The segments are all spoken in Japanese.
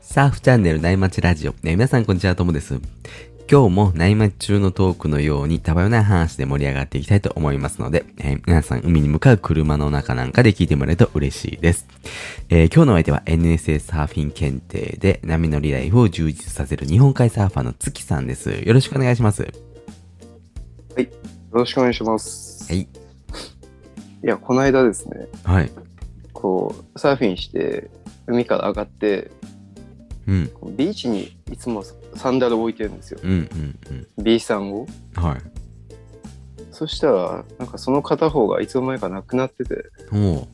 サーフチャンネル内町ラジオ、皆さんこんにちは、ともです。今日も内町中のトークのようにたわよない話で盛り上がっていきたいと思いますので、皆さん海に向かう車の中なんかで聞いてもらえると嬉しいです。今日のお相手は NSA サーフィン検定で波乗りライフを充実させる日本海サーファーの月さんです。よろしくお願いします。 はい、よろしくお願いします。 はい。 いや、この間ですね、 はい。 サーフィンして海から上がって、 うん。 ビーチにいつもサンダルを置いてるんですよ。 うんうんうん。 B さんを。 はい。 そしたら、なんかその片方がいつの間にかなくなってて、 おう。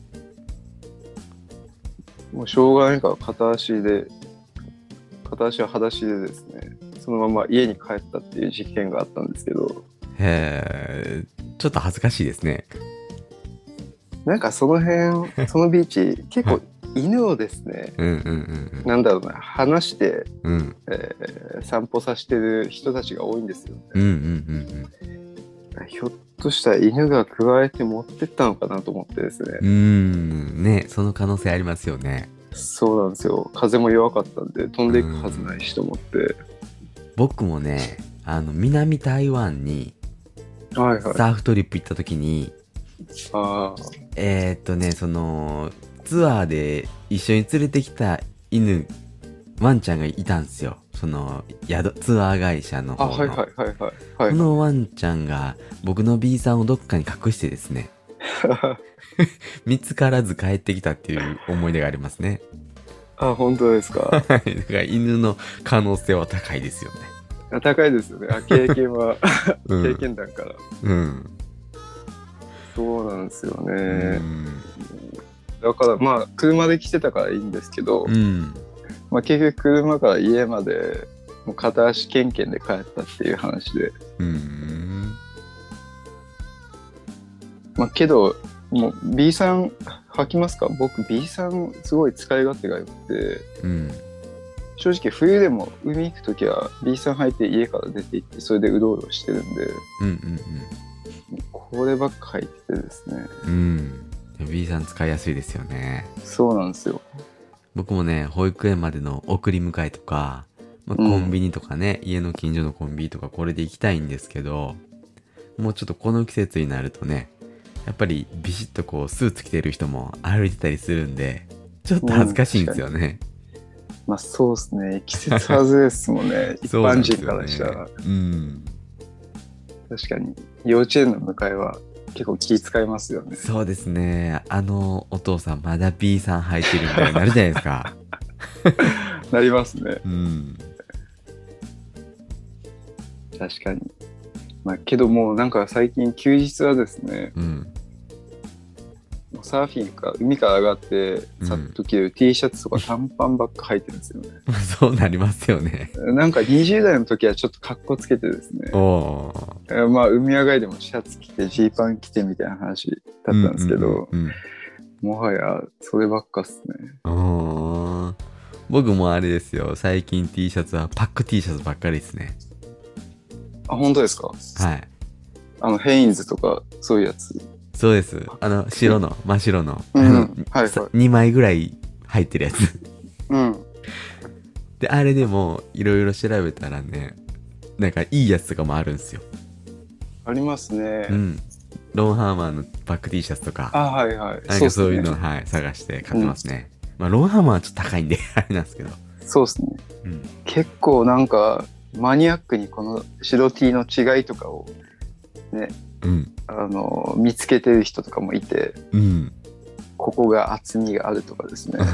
もうしょうがないから片足は裸足でですね、そのまま家に帰ったっていう事件があったんですけど、 ちょっと恥ずかしいですね。 なんかそのビーチ、結構犬をですね、なんだろうな、離して、散歩させてる人たちが多いんですよね。ひょっとしたら犬がくわえて持ってったのかなと思ってですね。 ね、その可能性ありますよね。 そうなんですよ。風も弱かったんで飛んでいくはずないしと思って。 僕もね、南台湾にサーフトリップ行った時に、そのツアーで一緒に連れてきたワンちゃんがいたんですよ。そのツアー会社の方の。このワンちゃんが僕の B さんをどっかに隠してですね見つからず帰ってきたっていう思い出がありますね。 あ、本当ですか。 だから犬の可能性は高いですよね。 高いですよね。経験は経験談から。そうなんですよね。だからまあ車で来てたからいいんですけど、まあ、結局車から家までもう片足ケンケンで帰ったっていう話で、まあけどもう B さん履きますか？僕 B さんすごい使い勝手が良くて、正直冬でも海行くときは B さん履いて家から出て行ってそれでうろうろしてるんで、こればっか履いててですね。 B さん使いやすいですよね。 そうなんですよ。 僕もね、保育園までの送り迎えとか、コンビニとかね、家の近所のコンビニとかこれで行きたいんですけど、もうちょっとこの季節になるとね、やっぱりビシッとこうスーツ着てる人も歩いてたりするんで、ちょっと恥ずかしいんですよね。 まあそうですね。季節外れですもんね。一般人からしたら。確かに幼稚園の迎えは結構気使いますよね。 そうですね。お父さんまだ B さん履いてるみたいになるじゃないですか。 なりますね。確かに。まあけどもうなんか最近休日はですね、サーフィンか海から上がってさっと着る T シャツとか短パンばっか履いてるんですよね。 そうなりますよね。 なんか20代の時はちょっとカッコつけてですね、まあ海上がりでもシャツ着てジーパン着てみたいな話だったんですけど、もはやそればっかっすね。 僕もあれですよ、最近 T シャツはパック T シャツばっかりですね。 あ、本当ですか？ はい。 ヘインズとかそういうやつ。 そうです。真っ白の、2枚ぐらい入ってるやつ。で、あれでもいろいろ調べたらね、なんかいいやつとかもあるんですよ。 ありますね。 ロンハーマーのパック T シャツとか。なんかそういうの、探して買ってますね。まあ、ロンハーマーはちょっと高いんで、あれなんですけど。 そうですね。結構なんか、マニアックにこの白 T の違いとかをね、見つけてる人とかもいて、ここが厚みがあるとかですね。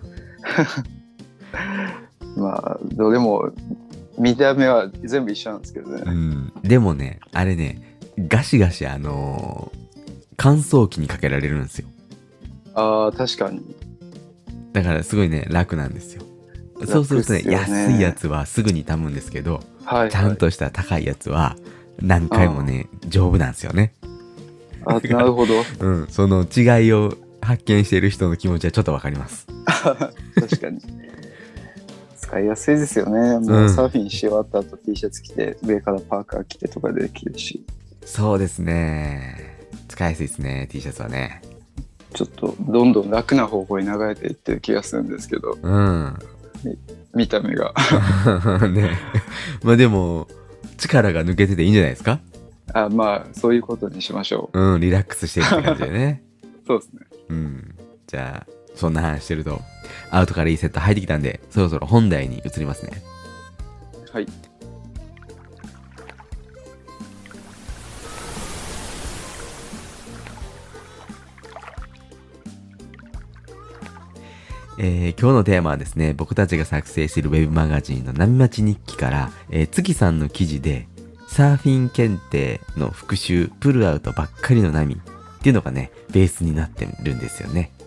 まあどれも見た目は全部一緒なんですけどね。 でもね、あれね、ガシガシ乾燥機にかけられるんですよ。 確かに。 だからすごいね、楽なんですよ。そうするとね、安いやつはすぐに傷むんですけど、ちゃんとした高いやつは何回もね、丈夫なんですよね。 なるほど。 その違いを発見している人の気持ちはちょっとわかります。 確かに。使いやすいですよね。もうサーフィンし終わった後 T シャツ着て、上からパーカー着てとかできるし。 そうですね。使いやすいですね、T シャツはね。 ちょっとどんどん楽な方向に流れていってる気がするんですけど、 見た目が。 ね。まあでも、力が抜けてていいんじゃないですか？ まあ、そういうことにしましょう。うん、リラックスしてるって感じでね。 そうですね。 うん。じゃあ、そんな話してると、アウトからいいセット入ってきたんで、そろそろ本題に移りますね。 はい。 今日のテーマはですね、僕たちが作成しているウェブマガジンの波町日記から、月さんの記事で、サーフィン検定の復習、プルアウトばっかりの波っていうのがね、ベースになってるんですよね。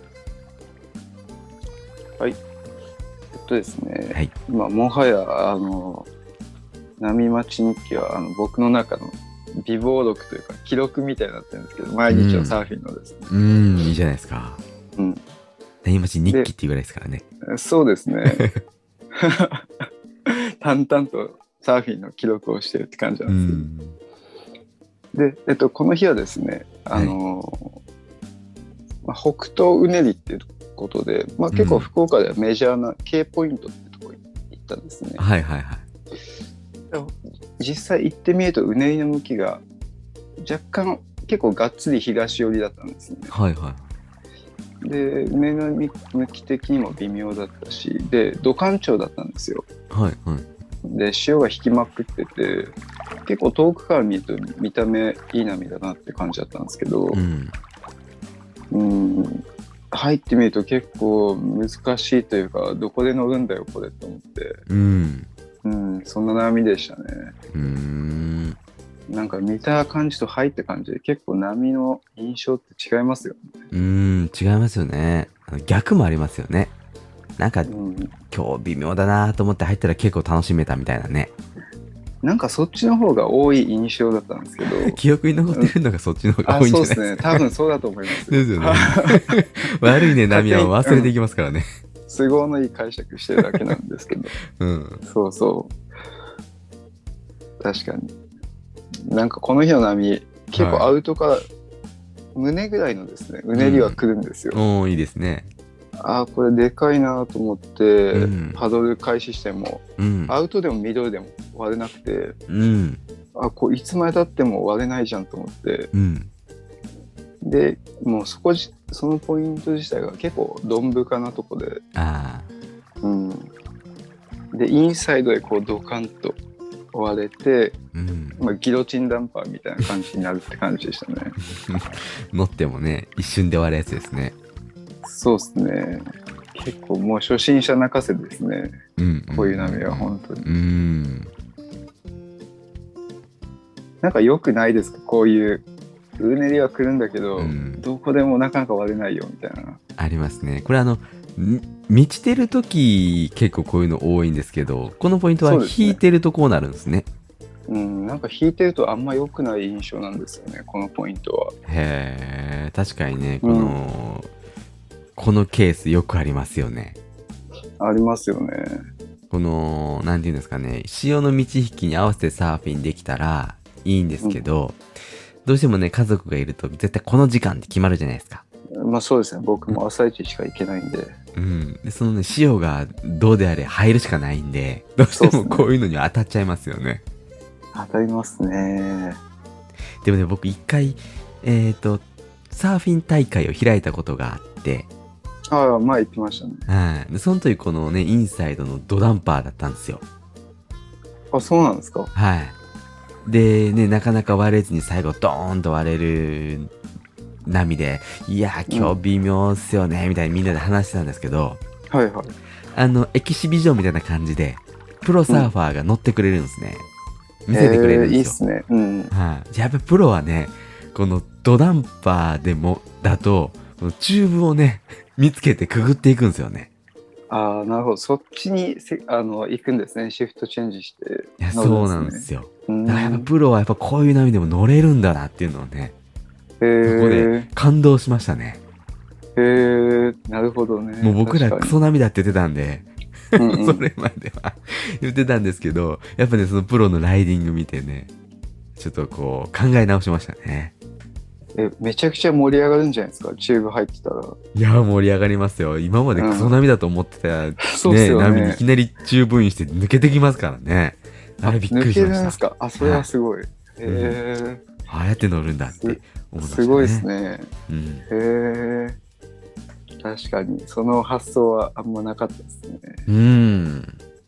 はい。ですね、 はい、 もはや波町日記は僕の中の備忘録というか記録みたいになってるんですけど、毎日のサーフィンのですね。 いいじゃないですか。 うん。 波町日記っていうぐらいですからね。 そうですね。淡々とサーフィンの記録をしてるって感じなんですけど。で、この日はですね、北東うねりっていうことで、結構福岡ではメジャーな K ポイントってところに行ったんですね。 はいはいはい。 実際行ってみるとうねりの向きが若干結構がっつり東寄りだったんですね。 はいはい。 で、うねりの向き的にも微妙だったし、で土管潮だったんですよ。 はいはい。で潮が引きまくってて、結構遠くから見ると見た目いい波だなって感じだったんですけど、入ってみると結構難しいというか、どこで乗るんだよこれと思って、そんな波でしたね。なんか見た感じと入った感じで結構波の印象って違いますよね。 違いますよね。逆もありますよね。なんか、今日微妙だなと思って入ったら結構楽しめたみたいなね。 なんかそっちの方が多い印象だったんですけど記憶に残ってるのがそっちの方が多いんじゃないですか。 そうですね、多分そうだと思いますですよね。悪いね、波は忘れていきますからね。 都合のいい解釈してるだけなんですけど、そうそう、確かに。なんかこの日の波結構アウトから胸ぐらいのですね、うねりは来るんですよ。 いいですね。 これでかいなと思って、パドル開始しても、アウトでもミドルでも割れなくて、いつまでたっても割れないじゃんと思って、でもうそのポイント自体が結構どん深なとこで、でインサイドでこうドカンと割れて、ギロチンダンパーみたいな感じになるって感じでしたね。 乗ってもね、一瞬で割るやつですね。 そうですね。結構もう初心者泣かせですね。こういう波は本当に。なんか良くないですか、こういううねりは来るんだけど、どこでもなかなか割れないよみたいな。 ありますね。これ満ちてる時結構こういうの多いんですけど、このポイントは引いてるとこうなるんですね。 なんか引いてるとあんま良くない印象なんですよね、このポイントは。 へー、確かにね、このケースよくありますよね。 ありますよね。 なんていうんですかね、潮の満ち引きに合わせてサーフィンできたらいいんですけど、どうしてもね、家族がいると絶対この時間って決まるじゃないですか。 そうですね、僕も朝一しか行けないんで。 で、そのね、潮がどうであれ入るしかないんで、どうしてもこういうのに当たっちゃいますよね。 当たりますね。 でもね、僕一回、サーフィン大会を開いたことがあって、 前言ってましたね。 でその時このね、インサイドのドダンパーだったんですよ。 そうなんですか。 でね、なかなか割れずに最後ドーンと割れる波で、いやー今日微妙っすよね、みたいにみんなで話してたんですけど、エキシビジョンみたいな感じで、プロサーファーが乗ってくれるんですね。見せてくれるんですよ。 いいっすね。 やっぱプロはね、このドダンパーだと、このチューブをね、見つけてくぐっていくんですよね。 なるほど。そっちに行くんですね。シフトチェンジして。 いや、そうなんですよ。だからやっぱプロはやっぱこういう波でも乗れるんだなっていうのをね、そこで感動しましたね。 なるほどね。 もう僕らクソ波だって言ってたんで、それまでは言ってたんですけど、やっぱね、そのプロのライディング見てね、ちょっとこう考え直しましたね。 めちゃくちゃ盛り上がるんじゃないですか、チューブ入ってたら。 いや、盛り上がりますよ。今までクソ波だと思ってた、 そうっすよね。 波にいきなりチューブインして抜けてきますからね。あれびっくりしました。抜けるんですか。あ、それはすごい。 ああやって乗るんだって思いましたね。 すごいですね。確かに、その発想はあんまなかったですね。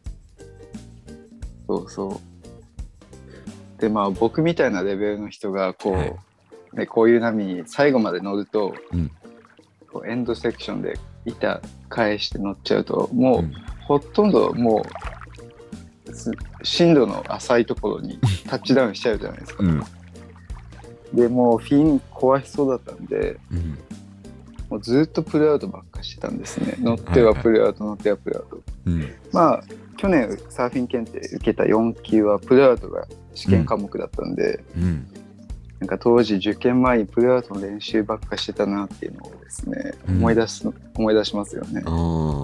そうそう。で、まあ僕みたいなレベルの人がこう、ね、こういう波に最後まで乗ると、こうエンドセクションで板返して乗っちゃうと、もう、ほとんどもう深度の浅いところにタッチダウンしちゃうじゃないですか。でもうフィン壊しそうだったんで、もうずっとプルアウトばっかしてたんですね。乗ってはプルアウト、乗ってはプルアウト。まあ去年サーフィン検定受けた4級はプルアウトが試験科目だったんで、なんか当時受験前にプルアウトの練習ばっかしてたなっていうのをですね、思い出しますよね。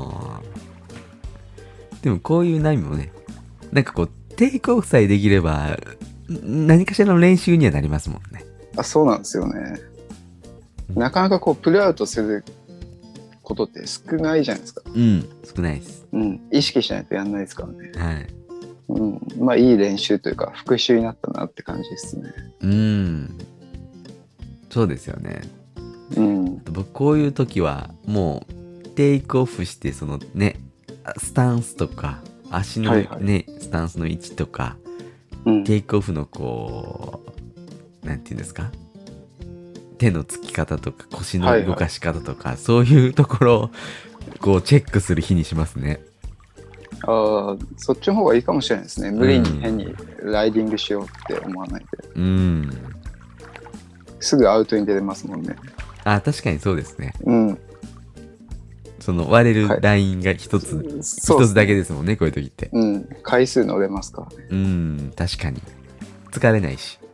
でもこういう波もね、なんかこうテイクオフさえできれば何かしらの練習にはなりますもんね。 そうなんですよね。なかなかこうプルアウトすることって少ないじゃないですか。 少ないです。 意識しないとやんないですからね。まあいい練習というか復習になったなって感じですね。 そうですよね。僕こういう時はもうテイクオフしてそのね、スタンスとか足のね、スタンスの位置とか、テイクオフのこうなんていうんですか、手のつき方とか腰の動かし方とか、そういうところをこうチェックする日にしますね。 そっちの方がいいかもしれないですね。無理に変にライディングしようって思わないで。すぐアウトに出れますもんね。 確かにそうですね。その割れるラインが一つだけですもんね、こういう時って。 回数乗れますからね。 確かに。疲れないし。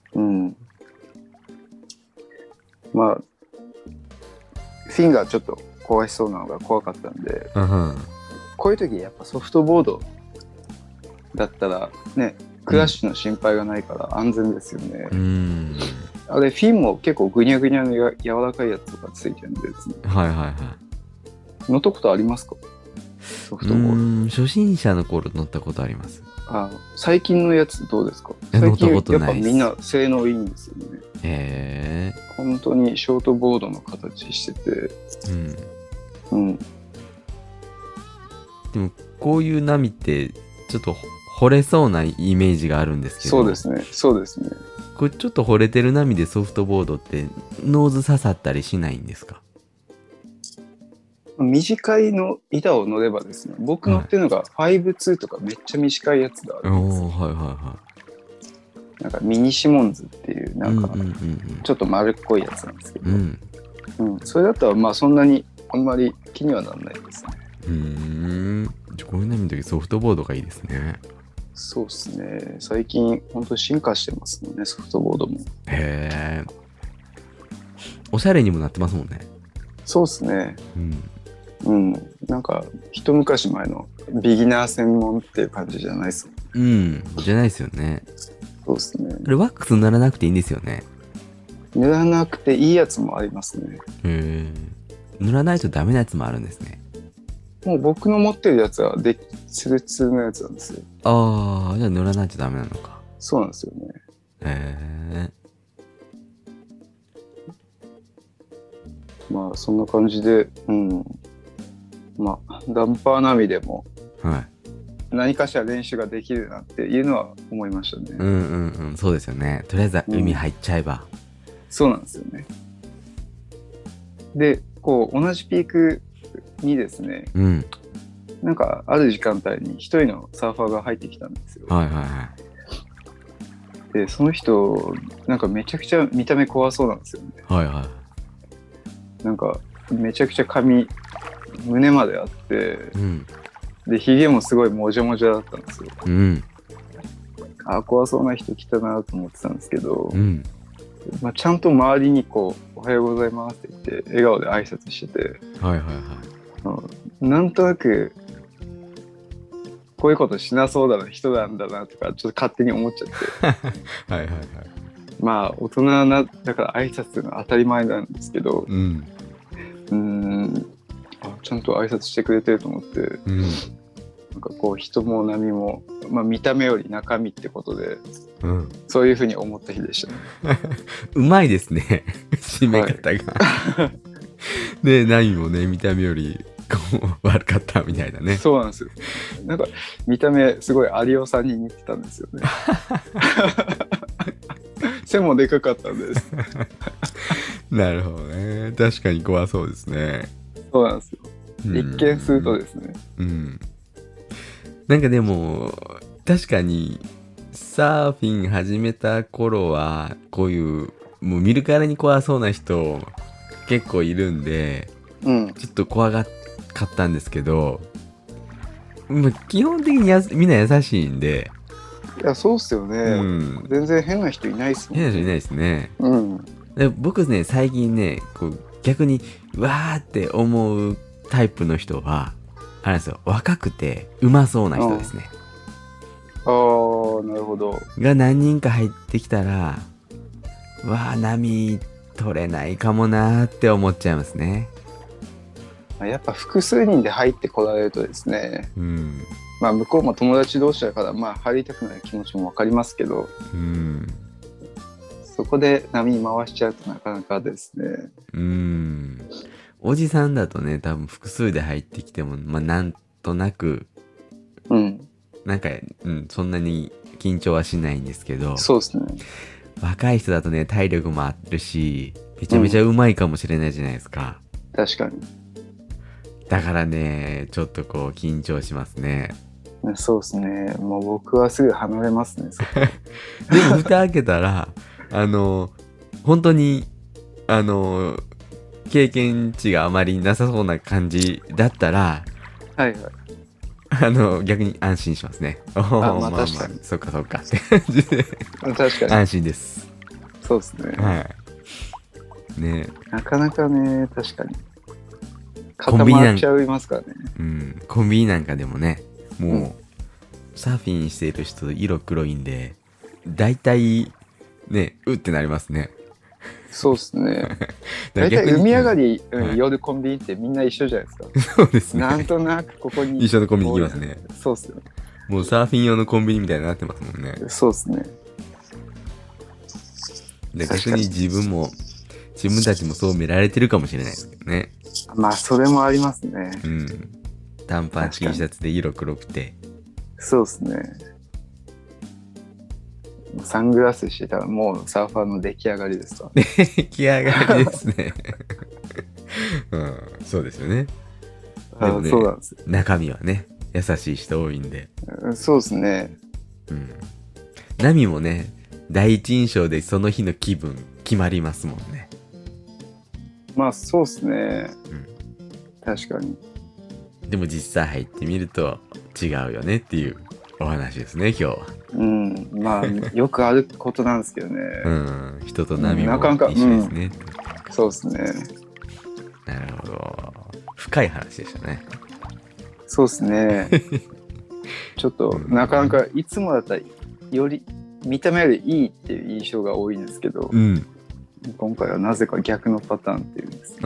まあ、フィンガーちょっと壊しそうなのが怖かったんで、こういう時やっぱソフトボードだったらね、クラッシュの心配がないから安全ですよね。あれフィンも結構グニャグニャの柔らかいやつとかついてるんでですね。乗ったことありますか？ソフトボード。 初心者の頃乗ったことあります。 最近のやつどうですか？最近やっぱみんな性能いいんですよね。本当にショートボードの形してて。 でもこういう波ってちょっと惚れそうなイメージがあるんですけど。 そうですね。 これちょっと惚れてる波でソフトボードってノーズ刺さったりしないんですか？ 短いの板を乗ればですね、僕乗ってるのが5-2とかめっちゃ短いやつがあるんですよ。なんかミニシモンズっていうなんかちょっと丸っこいやつなんですけど、それだったらまあそんなにあんまり気にはならないですね。 こういう波の時ソフトボードがいいですね。 そうですね。最近本当進化してますもんね、ソフトボードも。 おしゃれにもなってますもんね。 そうですね。なんか一昔前のビギナー専門っていう感じじゃないですもん。 じゃないですよね。 そうですね。 これワックス塗らなくていいんですよね。 塗らなくていいやつもありますね。 塗らないとダメなやつもあるんですね。 もう僕の持ってるやつはツルツルのやつなんですよ。 じゃあ塗らないとダメなのか。 そうなんですよね。まあそんな感じで、まあダンパー並みでも何かしら練習ができるなっていうのは思いましたね。 そうですよね。とりあえず海入っちゃえば。 そうなんですよね。でこう同じピークにですね、なんかある時間帯に一人のサーファーが入ってきたんですよ。でその人なんかめちゃくちゃ見た目怖そうなんですよね。なんかめちゃくちゃ髪胸まであって、でヒゲもすごいもじゃもじゃだったんですよ。怖そうな人来たなと思ってたんですけど、ちゃんと周りにこうおはようございますって言って笑顔で挨拶してて、なんとなくこういうことしなそうだな人なんだなとかちょっと勝手に思っちゃってまあ大人だから挨拶するのは当たり前なんですけど、ちゃんと挨拶してくれてると思って、なんかこう人も波も、まあ、見た目より中身ってことで、そういうふうに思った日でしたね。 うまいですね締め方が、で波もね見た目より悪かったみたいなね。 そうなんですよ。なんか見た目すごい有吉さんに似てたんですよね背もでかかったんですなるほどね。確かに怖そうですね。 そうなんですよ。一見するとですね。 なんかでも確かにサーフィン始めた頃はこういうもう見るからに怖そうな人結構いるんで、ちょっと怖かったんですけど、基本的にみんな優しいんで。 いやそうっすよね、全然変な人いないっすもんね。 変な人いないですね。で僕ね最近ねこう逆にわーって思うタイプの人はあれですよ、若くてうまそうな人ですね。 なるほど。 が何人か入ってきたら、わあ波取れないかもなーって思っちゃいますね。 やっぱ複数人で入ってこられるとですね、まあ向こうも友達同士だからまあ入りたくない気持ちも分かりますけど、そこで波回しちゃうとなかなかですね。 おじさんだとね多分複数で入ってきてもなんとなくなんか、そんなに緊張はしないんですけど、 そうですね。 若い人だとね体力もあるしめちゃめちゃうまいかもしれないじゃないですか。 確かに。 だからねちょっとこう緊張しますね。 そうですね。もう僕はすぐ離れますね。 でも蓋開けたら本当に経験値があまりなさそうな感じだったら、逆に安心しますね。 まあ確かに。 そっかそっかって感じで確かに安心です。 そうですね。 ね、 なかなかね確かに固まっちゃいますからね。 コンビニなんかでもねもう、サーフィンしている人色黒いんで大体ねうってなりますね。 そうですね。大体海上がり、夜コンビニってみんな一緒じゃないですか。 そうですね。 なんとなくここに一緒のコンビニ行きますね。 そうっすよね。 もうサーフィン用のコンビニみたいになってますもんね。 そうですね。 で逆に自分たちもそう見られてるかもしれないですけどね。 まあそれもありますね。 短パン T シャツで色黒くて。 そうですね。サングラスしてたらもうサーファーの出来上がりですわ。 出来上がりですね。そうですよね。でもね、 そうなんですよ。 中身はね優しい人多いんで。 そうですね。 波もね第一印象でその日の気分決まりますもんね。 まあそうですね。確かに。 でも実際入ってみると違うよねっていうお話ですね今日は。 まあよくあることなんですけどね。 人と波も一緒ですね。 そうですね。 なるほど。深い話でしたね。 そうですね。ちょっとなかなかいつもだったらより見た目よりいいっていう印象が多いんですけど、今回はなぜか逆のパターンっていうんですね。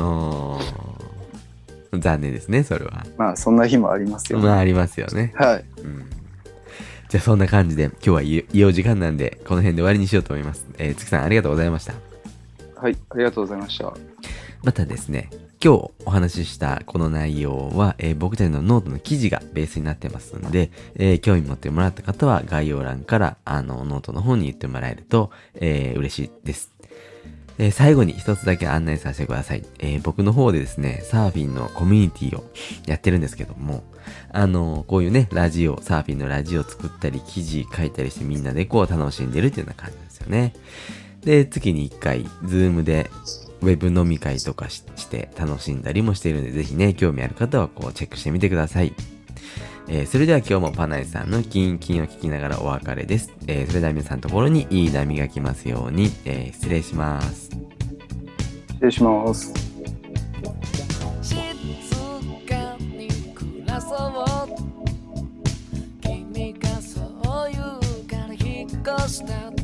残念ですねそれは。 まあそんな日もありますよね。 ありますよね。 はい。 じゃあそんな感じで今日はいいお時間なんでこの辺で終わりにしようと思います。月さんありがとうございました。 はい、ありがとうございました。 またですね今日お話ししたこの内容は、僕たちのノートの記事がベースになってますので、興味持ってもらった方は概要欄からノートの方に言ってもらえると、嬉しいです。最後に一つだけ案内させてください。僕の方でですねサーフィンのコミュニティをやってるんですけども、こういうねサーフィンのラジオ作ったり記事書いたりしてみんなでこう楽しんでるっていうような感じですよね。で月に1回ズームでウェブ飲み会とかして楽しんだりもしているので、ぜひね興味ある方はこうチェックしてみてください。それでは今日もパナイさんのキンキンを聞きながらお別れです。それでは皆さんのところにいい波が来ますように、失礼します。 失礼します。 静かに暮らそう君がそう言うから引っ越した